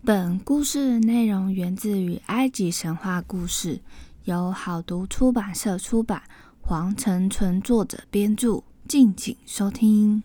本故事内容源自于埃及神话故事，由好读出版社出版，黄承纯作者编著，敬请收听。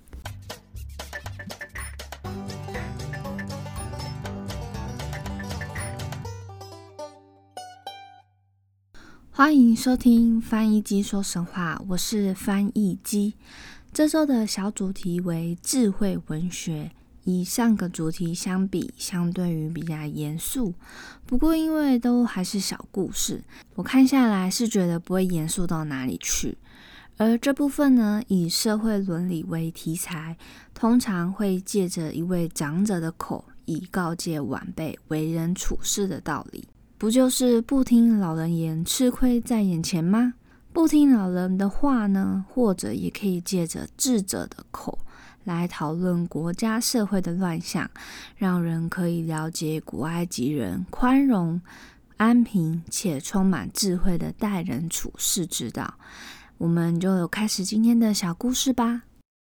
欢迎收听翻译机说神话，我是翻译机。这周的小主题为智慧文学，以上个主题相比，相对于比较严肃，不过因为都还是小故事，我看下来是觉得不会严肃到哪里去。而这部分呢，以社会伦理为题材，通常会借着一位长者的口，以告诫晚辈为人处事的道理。不就是不听老人言，吃亏在眼前吗？不听老人的话呢，或者也可以借着智者的口来讨论国家社会的乱象，让人可以了解古埃及人宽容、安平且充满智慧的待人处事之道。我们就开始今天的小故事吧。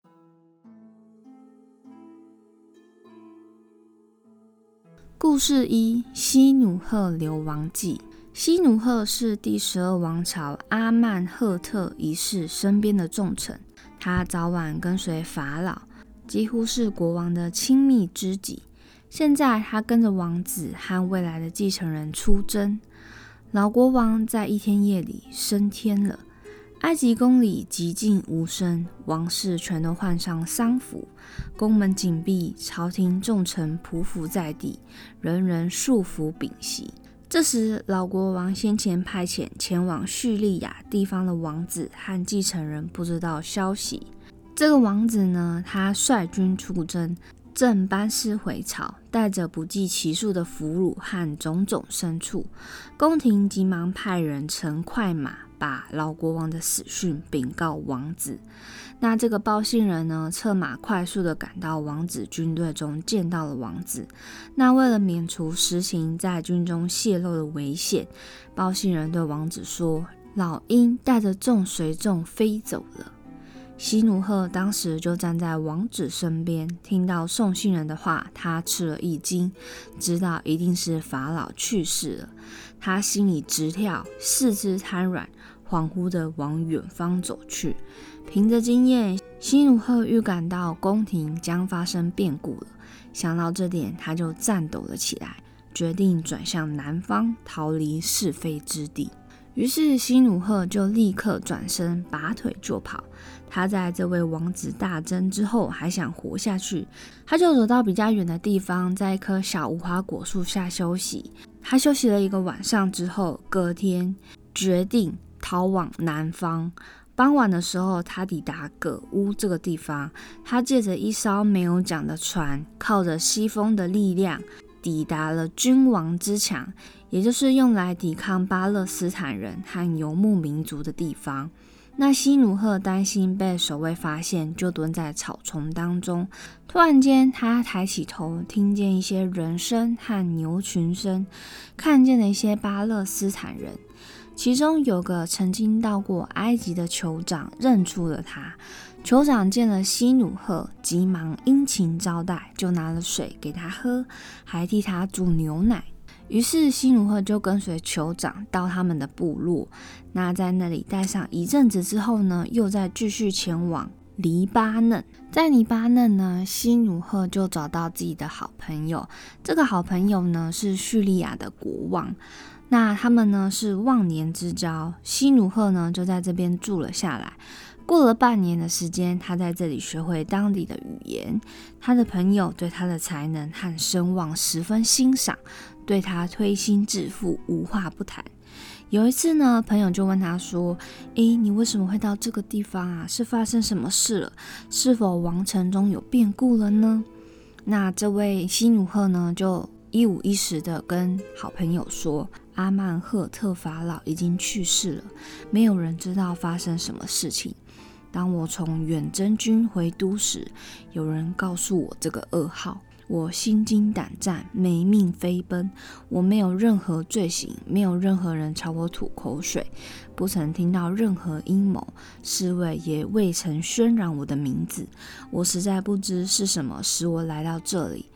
故事1：西努赫流亡记。西努赫是第12王朝阿曼赫特一世身边的重臣，他早晚跟随法老，几乎是国王的亲密知己。现在他跟着王子和未来的继承人出征。老国王在一天夜里升天了，埃及宫里寂静无声，王室全都换上丧服，宫门紧闭，朝廷重臣匍匐在地，人人束缚屏息。这时，老国王先前派遣前往叙利亚地方的王子和继承人不知道消息。这个王子呢，他率军出征，正班师回朝，带着不计其数的俘虏和种种牲畜。宫廷急忙派人乘快马，把老国王的死讯禀告王子。那这个报信人呢，策马快速地赶到王子军队中，见到了王子。那为了免除实情在军中泄露的危险，报信人对王子说：“老鹰带着众随众飞走了。”西努赫当时就站在王子身边，听到送信人的话，他吃了一惊，知道一定是法老去世了。他心里直跳，四肢瘫软，恍惚地往远方走去。凭着经验，西努赫预感到宫廷将发生变故了。想到这点，他就颤抖了起来，决定转向南方，逃离是非之地。于是西努赫就立刻转身，拔腿就跑。他在这位王子大征之后还想活下去，他就走到比较远的地方，在一棵小无花果树下休息。他休息了一个晚上之后，隔天决定逃往南方。傍晚的时候，他抵达葛乌这个地方。他借着一艘没有桨的船，靠着西风的力量，抵达了君王之墙，也就是用来抵抗巴勒斯坦人和游牧民族的地方。那西努赫担心被守卫发现，就蹲在草丛当中。突然间，他抬起头，听见一些人声和牛群声，看见了一些巴勒斯坦人。其中有个曾经到过埃及的酋长认出了他。酋长见了西努赫，急忙殷勤招待，就拿了水给他喝，还替他煮牛奶。于是西努赫就跟随酋长到他们的部落。那在那里待上一阵子之后呢，又再继续前往黎巴嫩。在黎巴嫩呢，西努赫就找到自己的好朋友。这个好朋友呢，是叙利亚的国王。那他们呢是忘年之交，西努赫呢就在这边住了下来。过了半年的时间，他在这里学会当地的语言。他的朋友对他的才能和声望十分欣赏，对他推心置腹，无话不谈。有一次呢，朋友就问他说：“你为什么会到这个地方啊？是发生什么事了？是否王城中有变故了呢？”那这位西努赫呢，就一五一十的跟好朋友说：“阿曼赫特法老已经去世了，没有人知道发生什么事情。当我从远征军回都时，有人告诉我这个噩耗，我心惊胆战，没命飞奔。我没有任何罪行，没有任何人朝我吐口水，不曾听到任何阴谋，侍卫也未曾渲染我的名字。我实在不知是什么使我来到这里。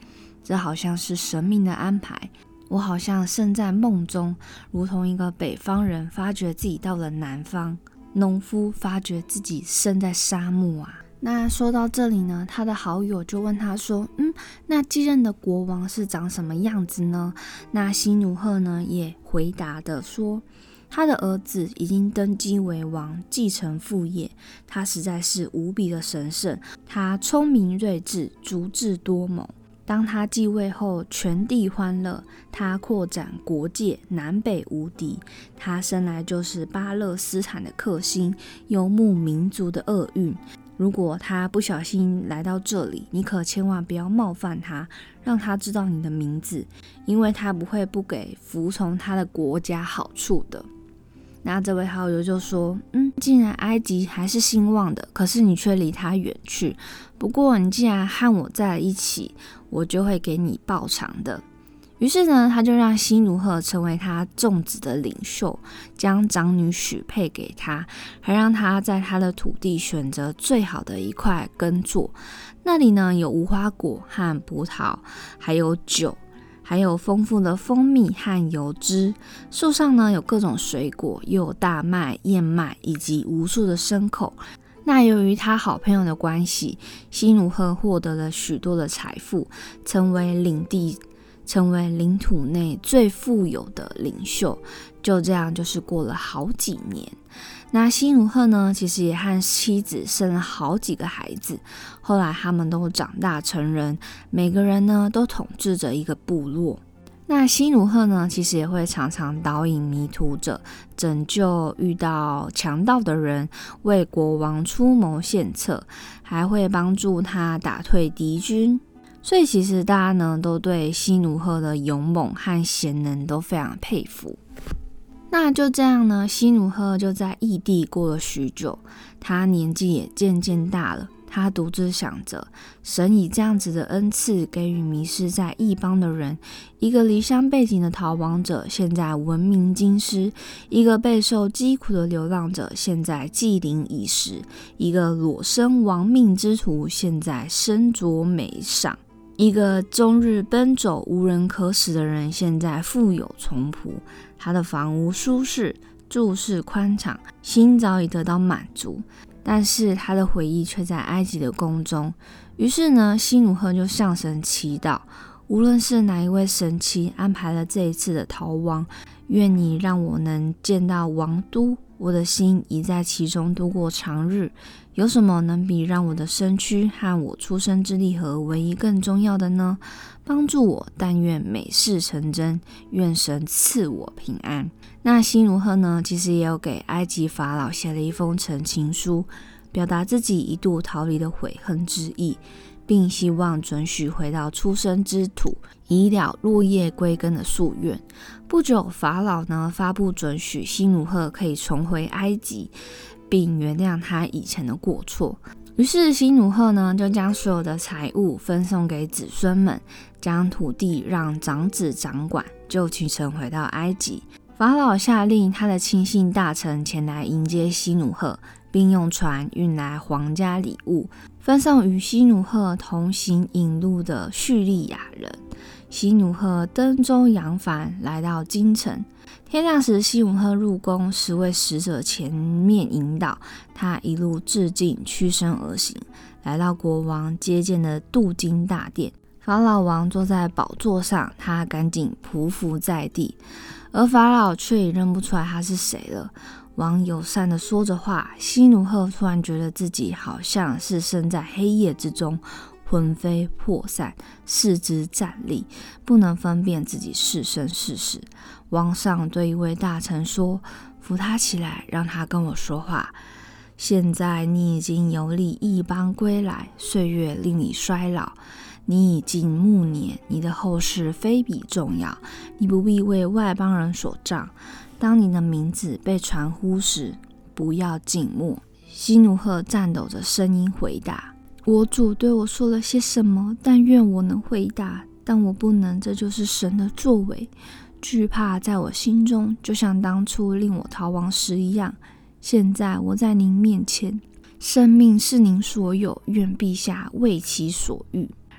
这好像是神明的安排，我好像身在梦中，如同一个北方人发觉自己到了南方，农夫发觉自己身在沙漠啊。那说到这里呢，他的好友就问他说，那继任的国王是长什么样子呢？那西努赫呢也回答的说，他的儿子已经登基为王，继承父业，他实在是无比的神圣，他聪明睿智，足智多谋。当他继位后，全地欢乐，他扩展国界，南北无敌。他生来就是巴勒斯坦的克星，游牧民族的厄运。如果他不小心来到这里，你可千万不要冒犯他，让他知道你的名字，因为他不会不给服从他的国家好处的。那这位好友就说，既然埃及还是兴旺的，可是你却离他远去，不过你既然和我在一起，我就会给你报偿的。于是呢，他就让西努赫成为他众子的领袖，将长女许配给他，还让他在他的土地选择最好的一块耕作。那里呢，有无花果和葡萄，还有酒，还有丰富的蜂蜜和油脂。树上呢有各种水果，又有大麦、燕麦以及无数的牲口。那由于他好朋友的关系，西努赫获得了许多的财富，成为领土内最富有的领袖。就这样就是过了好几年。那西努赫呢，其实也和妻子生了好几个孩子，后来他们都长大成人，每个人呢都统治着一个部落。那西努赫呢，其实也会常常导引迷途者，拯救遇到强盗的人，为国王出谋献策，还会帮助他打退敌军。所以其实大家呢都对西努赫的勇猛和贤能都非常佩服。那就这样呢，西努赫就在异地过了许久，他年纪也渐渐大了。他独自想着，神以这样子的恩赐给予迷失在异邦的人，一个离乡背井的逃亡者，现在闻名京师；一个备受疾苦的流浪者，现在祭灵已食；一个裸身亡命之徒，现在身着美裳；一个终日奔走无人可使的人，现在富有从仆。他的房屋舒适，住室宽敞，心早已得到满足。但是他的回忆却在埃及的宫中。于是呢，西努赫就向神祈祷，无论是哪一位神祇安排了这一次的逃亡，愿你让我能见到王都，我的心已在其中度过长日。有什么能比让我的身躯和我出生之地和唯一更重要的呢？帮助我，但愿美事成真，愿神赐我平安。那西努赫呢，其实也有给埃及法老写了一封陈情书，表达自己一度逃离的悔恨之意，并希望准许回到出生之土，以了落叶归根的夙愿。不久，法老呢发布准许西努赫可以重回埃及，并原谅他以前的过错。于是西努赫呢就将所有的财物分送给子孙们，将土地让长子掌管，就启程回到埃及。法老下令他的亲信大臣前来迎接西努赫，并用船运来皇家礼物，分送与西努赫同行引路的叙利亚人。西努赫登舟扬帆来到京城。天亮时，西努赫入宫，10位使者前面引导他一路致敬，屈身而行，来到国王接见的镀金大殿。法老王坐在宝座上，他赶紧匍匐在地，而法老却也认不出来他是谁了。王友善地说着话，西努赫突然觉得自己好像是身在黑夜之中，魂飞魄散，四肢站立，不能分辨自己是生是死。王上对一位大臣说，扶他起来，让他跟我说话。现在你已经游历异邦归来，岁月令你衰老，你已近暮年，你的后事非比重要，你不必为外邦人所杖。当你的名字被传呼时，不要静默。西努赫颤抖着声音回答，我主对我说了些什么？但愿我能回答，但我不能，这就是神的作为。惧怕在我心中，就像当初令我逃亡时一样。现在我在您面前，生命是您所有，愿陛下为其所欲。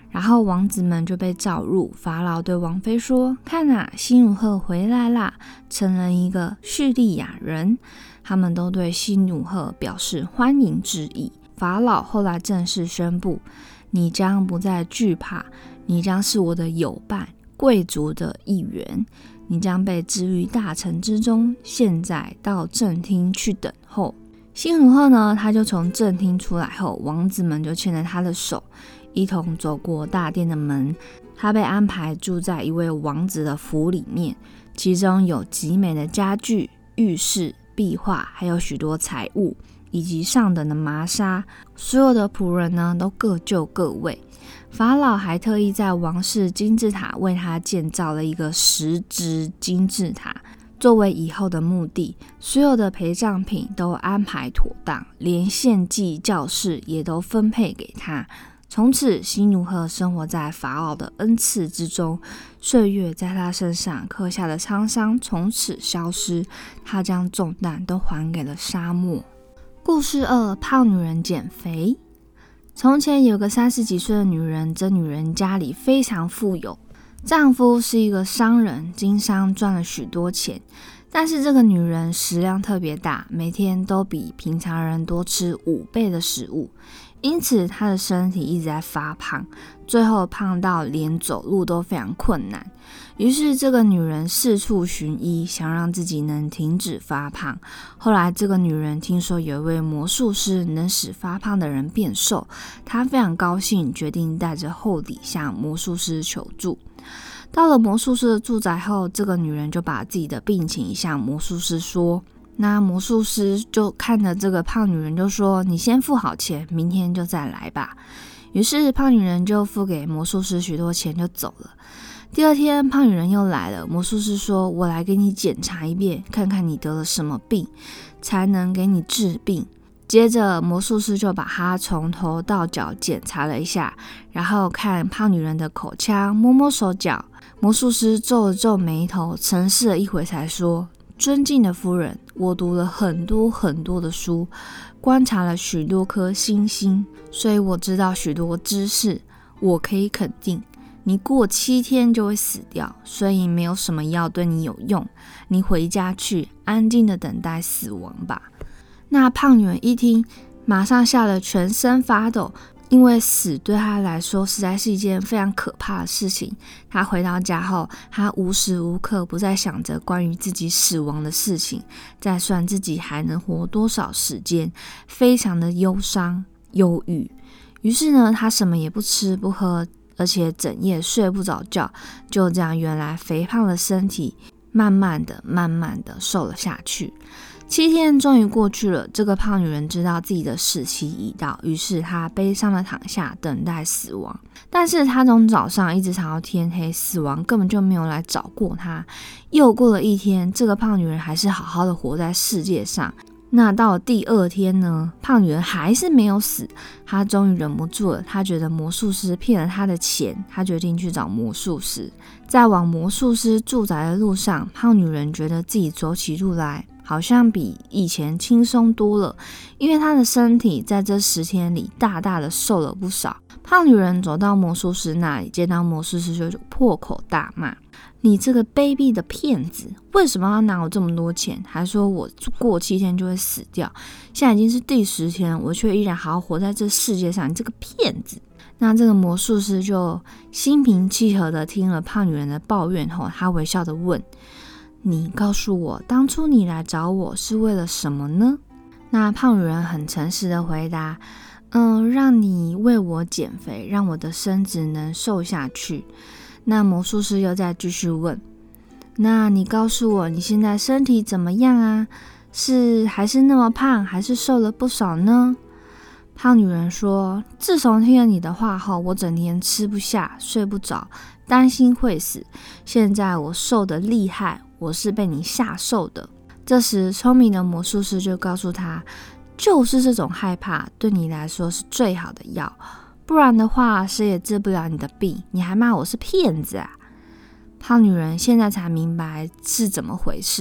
然后王子们就被召入。法老对王妃说：“看啊，希努赫回来啦，成了一个叙利亚人。”他们都对希努赫表示欢迎之意。法老后来正式宣布：“你将不再惧怕，你将是我的友伴，贵族的一员。你将被置于大臣之中，现在到正厅去等候。”希努赫呢，他就从正厅出来后，王子们就牵着他的手，一同走过大殿的门。他被安排住在一位王子的府里面，其中有极美的家具、浴室、壁画，还有许多财物，以及上等的麻纱。所有的仆人呢，都各就各位。法老还特意在王室金字塔为他建造了一个石质金字塔，作为以后的墓地。所有的陪葬品都安排妥当，连献祭教室也都分配给他。从此，希努赫生活在法老的恩赐之中，岁月在他身上刻下的沧桑从此消失，他将重担都还给了沙漠。故事2：胖女人减肥。从前有个30几岁的女人，这女人家里非常富有，丈夫是一个商人，经商赚了许多钱。但是这个女人食量特别大，每天都比平常人多吃5倍的食物，因此她的身体一直在发胖，最后胖到连走路都非常困难。于是这个女人四处寻医，想让自己能停止发胖。后来这个女人听说有一位魔术师能使发胖的人变瘦，她非常高兴，决定带着厚礼向魔术师求助。到了魔术师的住宅后，这个女人就把自己的病情向魔术师说。那魔术师就看着这个胖女人就说：“你先付好钱，明天就再来吧。”于是胖女人就付给魔术师许多钱就走了。第二天胖女人又来了，魔术师说：“我来给你检查一遍，看看你得了什么病，才能给你治病。”接着魔术师就把她从头到脚检查了一下，然后看胖女人的口腔，摸摸手脚。魔术师皱了皱眉头，沉思了一会才说：“尊敬的夫人，我读了很多很多的书，观察了许多颗星星，所以我知道许多知识。我可以肯定，你过7天就会死掉，所以没有什么药对你有用。你回家去，安静的等待死亡吧。”那胖女人一听，马上吓得全身发抖，因为死对她来说实在是一件非常可怕的事情。她回到家后，她无时无刻不在想着关于自己死亡的事情，在算自己还能活多少时间，非常的忧伤忧郁。于是呢，她什么也不吃不喝，而且整夜睡不着觉。就这样，原来肥胖的身体慢慢的瘦了下去。7天终于过去了，这个胖女人知道自己的死期已到，于是她悲伤的躺下，等待死亡。但是她从早上一直躺到天黑，死亡根本就没有来找过她。又过了1天，这个胖女人还是好好的活在世界上。那到了第2天呢，胖女人还是没有死。她终于忍不住了，她觉得魔术师骗了她的钱，她决定去找魔术师。在往魔术师住宅的路上，胖女人觉得自己走起路来好像比以前轻松多了，因为她的身体在这10天里大大的瘦了不少。胖女人走到魔术师那里，见到魔术师就破口大骂：“你这个卑鄙的骗子，为什么要拿我这么多钱，还说我过7天就会死掉？现在已经是第10天，我却依然好好活在这世界上，你这个骗子！”那这个魔术师就心平气和的听了胖女人的抱怨后，他微笑的问：“你告诉我，当初你来找我是为了什么呢？”那胖女人很诚实的回答：“让你为我减肥，让我的身子能瘦下去。”那魔术师又再继续问：“那你告诉我，你现在身体怎么样啊？还是那么胖，还是瘦了不少呢？”胖女人说：“自从听了你的话后，我整天吃不下，睡不着，担心会死。现在我瘦得厉害，我是被你吓瘦的。”这时聪明的魔术师就告诉他：“就是这种害怕对你来说是最好的药，不然的话谁也治不了你的病，你还骂我是骗子啊！”胖女人现在才明白是怎么回事，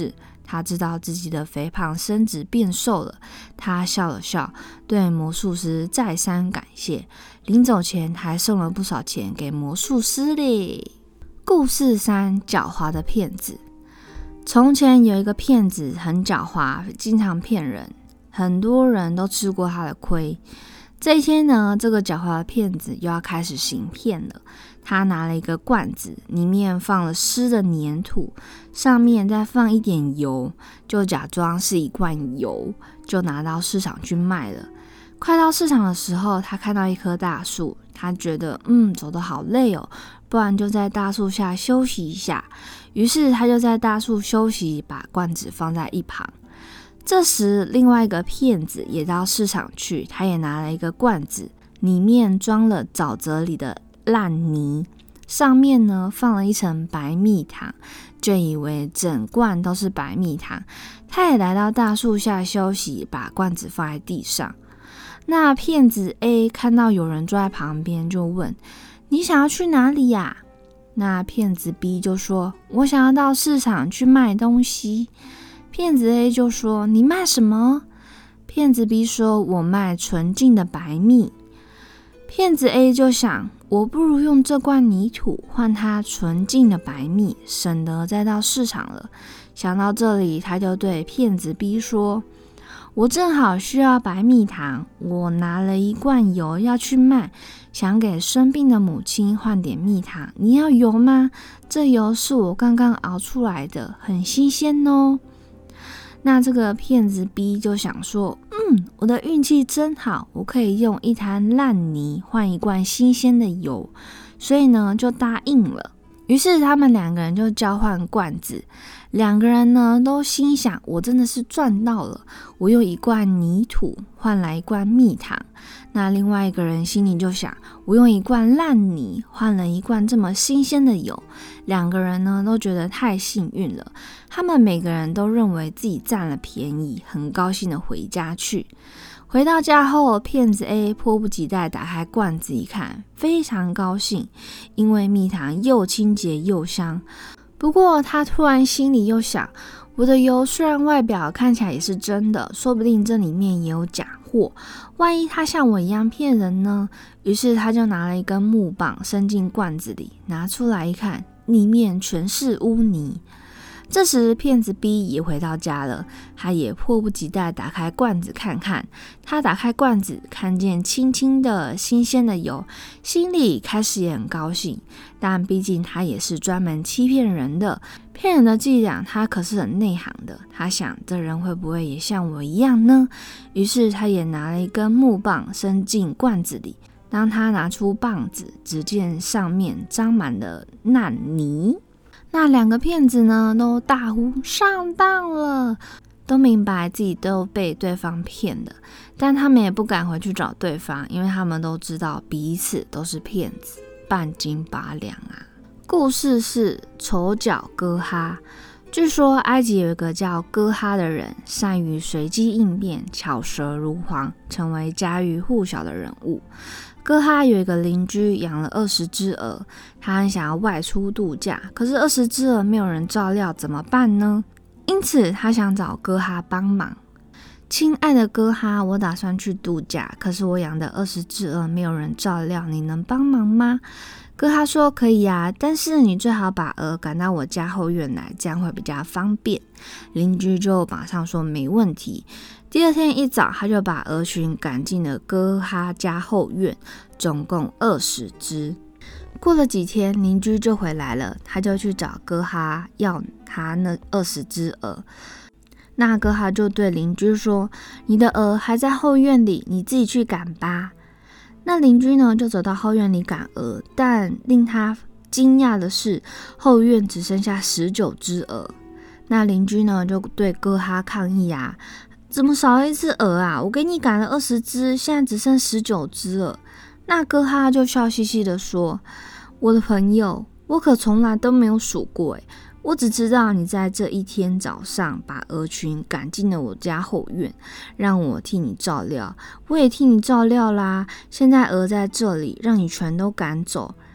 他知道自己的肥胖身子变瘦了，他笑了笑，对魔术师再三感谢，临走前还送了不少钱给魔术师嘞。故事3：狡猾的骗子。从前有一个骗子很狡猾，经常骗人，很多人都吃过他的亏。这一天呢，这个狡猾的骗子又要开始行骗了。他拿了一个罐子，里面放了湿的粘土，上面再放一点油，就假装是一罐油，就拿到市场去卖了。快到市场的时候，他看到一棵大树，他觉得走得好累哦，不然就在大树下休息一下。于是他就在大树休息，把罐子放在一旁。这时另外一个骗子也到市场去，他也拿了一个罐子，里面装了沼泽里的烂泥，上面呢放了一层白蜜糖，就以为整罐都是白蜜糖。他也来到大树下休息，把罐子放在地上。那骗子 A 看到有人坐在旁边，就问：你想要去哪里呀？那骗子 B 就说：我想要到市场去卖东西。骗子 A 就说：你卖什么？骗子 B 说：我卖纯净的白蜜。骗子 A 就想：我不如用这罐泥土换它纯净的白蜜，省得再到市场了。想到这里，他就对骗子 B 说：我正好需要白蜜糖，我拿了一罐油要去卖，想给生病的母亲换点蜜糖，你要油吗？这油是我刚刚熬出来的，很新鲜哦。那这个骗子 B 就想说，我的运气真好，我可以用一滩烂泥换一罐新鲜的油，所以呢就答应了。于是他们两个人就交换罐子，两个人呢都心想，我真的是赚到了，我用一罐泥土换来一罐蜜糖。那另外一个人心里就想，我用一罐烂泥换了一罐这么新鲜的油。两个人呢都觉得太幸运了，他们每个人都认为自己占了便宜，很高兴的回家去。回到家后，骗子 A 迫不及待打开罐子一看，非常高兴，因为蜜糖又清洁又香。不过他突然心里又想，我的油虽然外表看起来也是真的，说不定这里面也有假货，万一他像我一样骗人呢？于是他就拿了一根木棒伸进罐子里，拿出来一看，里面全是污泥。这时骗子 B 也回到家了，他也迫不及待打开罐子看看。他打开罐子，看见清清的新鲜的油，心里开始也很高兴，但毕竟他也是专门欺骗人的，骗人的伎俩他可是很内行的。他想，这人会不会也像我一样呢？于是他也拿了一根木棒伸进罐子里，当他拿出棒子，只见上面沾满了烂泥。那两个骗子呢都大呼上当了，都明白自己都被对方骗的，但他们也不敢回去找对方，因为他们都知道彼此都是骗子，半斤八两啊。故事是丑角哥哈。据说埃及有一个叫哥哈的人，善于随机应变，巧舌如簧，成为家喻户晓的人物。哥哈有一个邻居养了20只鹅，他很想要外出度假，可是20只鹅没有人照料，怎么办呢？因此他想找哥哈帮忙。亲爱的哥哈，我打算去度假，可是我养的20只鹅没有人照料，你能帮忙吗？哥哈说可以啊，但是你最好把鹅赶到我家后院来，这样会比较方便。邻居就马上说没问题。第二天一早，他就把鹅群赶进了哥哈家后院，总共20只。过了几天，邻居就回来了，他就去找哥哈要他那20只鹅。那哥哈就对邻居说，你的鹅还在后院里，你自己去赶吧。那邻居呢就走到后院里赶鹅，但令他惊讶的是，后院只剩下19只鹅。那邻居呢就对哥哈抗议啊，怎么少了一只鹅啊？我给你赶了20只，现在只剩19只了。那哥哈就笑嘻嘻的说，我的朋友，我可从来都没有数过耶，我只知道你在这一天早上把鹅群赶进了我家后院，让我替你照料，我也替你照料啦。现在鹅在这里，让你全都赶走，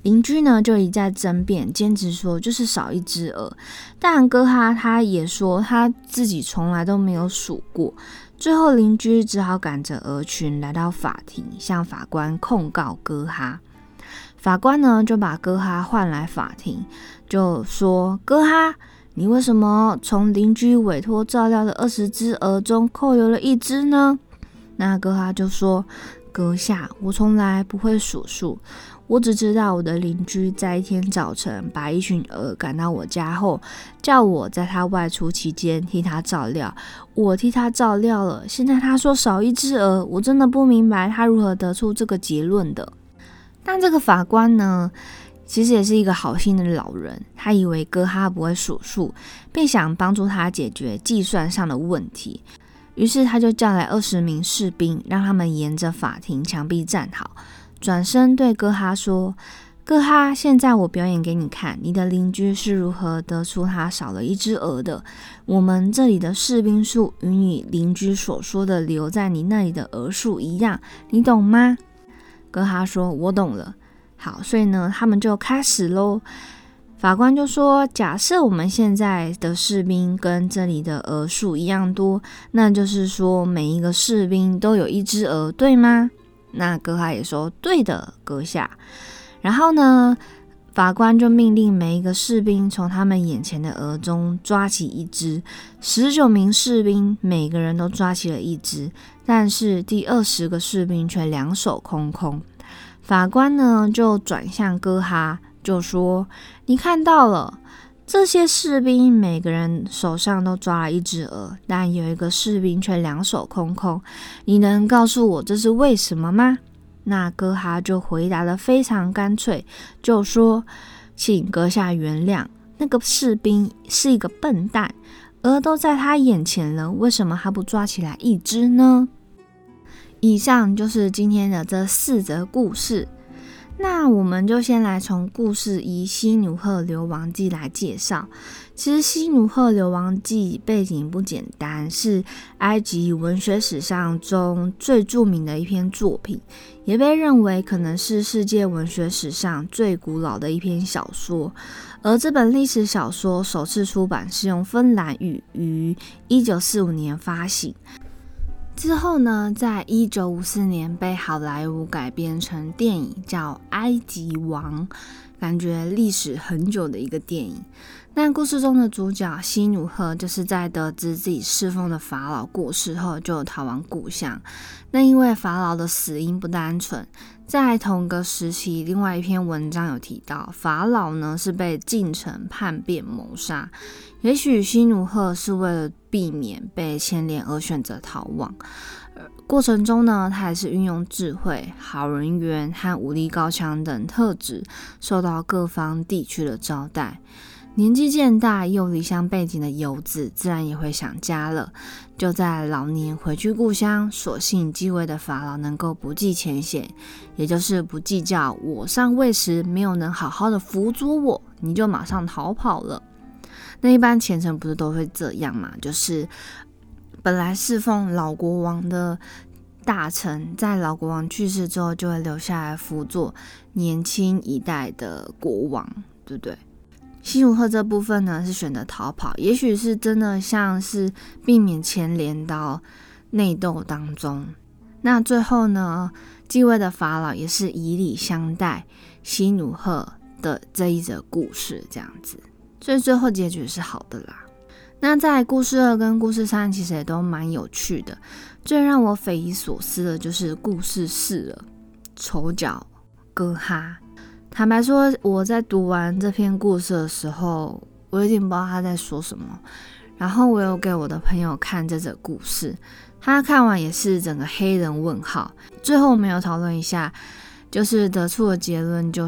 邻居呢就一再争辩，坚持说就是少一只鹅。但哥哈他也说他自己从来都没有数过。最后邻居只好赶着鹅群来到法庭，向法官控告哥哈。法官呢就把哥哈唤来法庭，就说哥哈，你为什么从邻居委托照料的20只鹅中扣留了1只呢？那哥哈就说，阁下，我从来不会数数，我只知道我的邻居在一天早晨把一群鹅赶到我家后，叫我在他外出期间替他照料，我替他照料了，现在他说少1只鹅，我真的不明白他如何得出这个结论的。但这个法官呢，其实也是一个好心的老人，他以为哥哈不会数数，便想帮助他解决计算上的问题，于是他就叫来20名士兵，让他们沿着法庭墙壁站好，转身对哥哈说，哥哈，现在我表演给你看，你的邻居是如何得出他少了1只鹅的。我们这里的士兵数与你邻居所说的留在你那里的鹅数一样，你懂吗？哥哈说，我懂了。好，所以呢他们就开始咯。法官就说，假设我们现在的士兵跟这里的鹅数一样多，那就是说每一个士兵都有1只鹅，对吗？那哥哈也说，对的，阁下。然后呢，法官就命令每一个士兵从他们眼前的鹅中抓起1只。19名士兵每个人都抓起了1只，但是第20个士兵却两手空空。法官呢就转向哥哈，就说，你看到了，这些士兵每个人手上都抓了1只鹅，但有一个士兵却两手空空，你能告诉我这是为什么吗？那哥哈就回答得非常干脆，就说，请阁下原谅，那个士兵是一个笨蛋，鹅都在他眼前了，为什么他不抓起来1只呢？以上就是今天的这4则故事。那我们就先来从故事1西努赫流亡记来介绍。其实西努赫流亡记背景不简单，是埃及文学史上中最著名的一篇作品，也被认为可能是世界文学史上最古老的一篇小说。而这本历史小说首次出版是用芬兰语，于1945年发行。之后呢，在1954年被好莱坞改编成电影，叫《埃及王》，感觉历史很久的一个电影。但故事中的主角西努赫就是在得知自己侍奉的法老过世后，就逃亡故乡。那因为法老的死因不单纯，在同个时期，另外一篇文章有提到，法老呢是被进城叛变谋杀。也许西努赫是为了避免被牵连而选择逃亡，过程中呢，他还是运用智慧、好人缘和武力高强等特质，受到各方地区的招待。年纪渐大又离乡背井的游子，自然也会想家了。就在老年回去故乡，所幸继位的法老能够不计前嫌，也就是不计较我上位时没有能好好的辅佐我，你就马上逃跑了。那一般前程不是都会这样嘛？就是本来侍奉老国王的大臣，在老国王去世之后，就会留下来辅佐年轻一代的国王，对不对？西努赫这部分呢是选择逃跑，也许是真的像是避免牵连到内斗当中。那最后呢，继位的法老也是以礼相待西努赫的这一则故事，这样子。所以最后结局是好的啦。那在故事2跟故事3其实也都蛮有趣的，最让我匪夷所思的就是故事4了，丑角哥哈。坦白说，我在读完这篇故事的时候，我有点不知道他在说什么，然后我有给我的朋友看这则故事，他看完也是整个黑人问号。最后我们有讨论一下，就是得出的结论就是，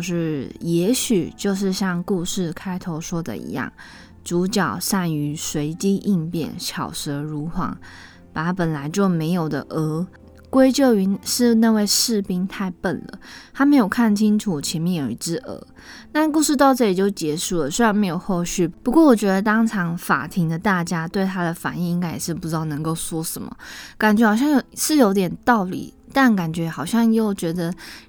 也许就是像故事开头说的一样，主角善于随机应变，巧舌如簧，把本来就没有的鹅归咎于是那位士兵太笨了，他没有看清楚前面有1只鹅。那故事到这里就结束了，虽然没有后续，不过我觉得当场法庭的大家对他的反应应该也是不知道能够说什么，感觉好像是有点道理，但感觉好像又觉得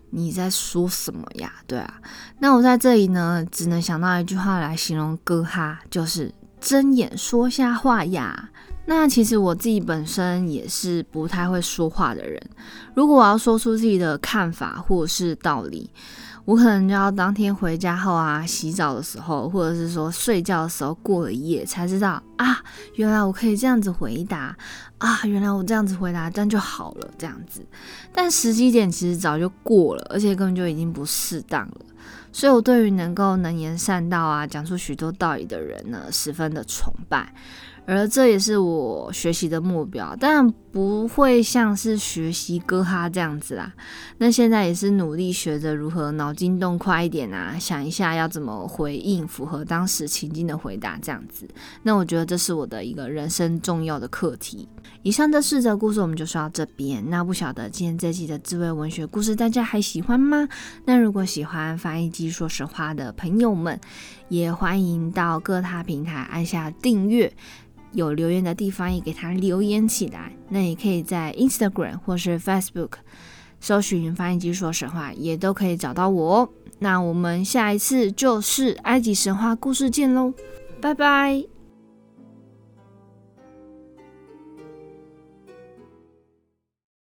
你在说什么呀？对啊，那我在这里呢，只能想到一句话来形容哥哈，就是睁眼说瞎话呀。那其实我自己本身也是不太会说话的人，如果我要说出自己的看法或者是道理，我可能就要当天回家后啊，洗澡的时候，或者是说睡觉的时候过了一夜才知道啊，原来我可以这样子回答啊，原来我这样子回答这样就好了这样子。但时机点其实早就过了，而且根本就已经不适当了。所以我对于能够能言善道啊，讲出许多道理的人呢，十分的崇拜。而这也是我学习的目标，当然不会像是学习哥哈这样子啦。那现在也是努力学着如何脑筋动快一点啊，想一下要怎么回应符合当时情境的回答这样子。那我觉得这是我的一个人生重要的课题。以上这4则故事我们就说到这边。那不晓得今天这期的智慧文学故事大家还喜欢吗？那如果喜欢翻译机说实话的朋友们，也欢迎到各大平台按下订阅，有留言的地方也给他留言起来。那也可以在 Instagram 或是 Facebook 搜寻翻译机说实话，也都可以找到我哦。那我们下一次就是埃及神话故事见咯，拜拜。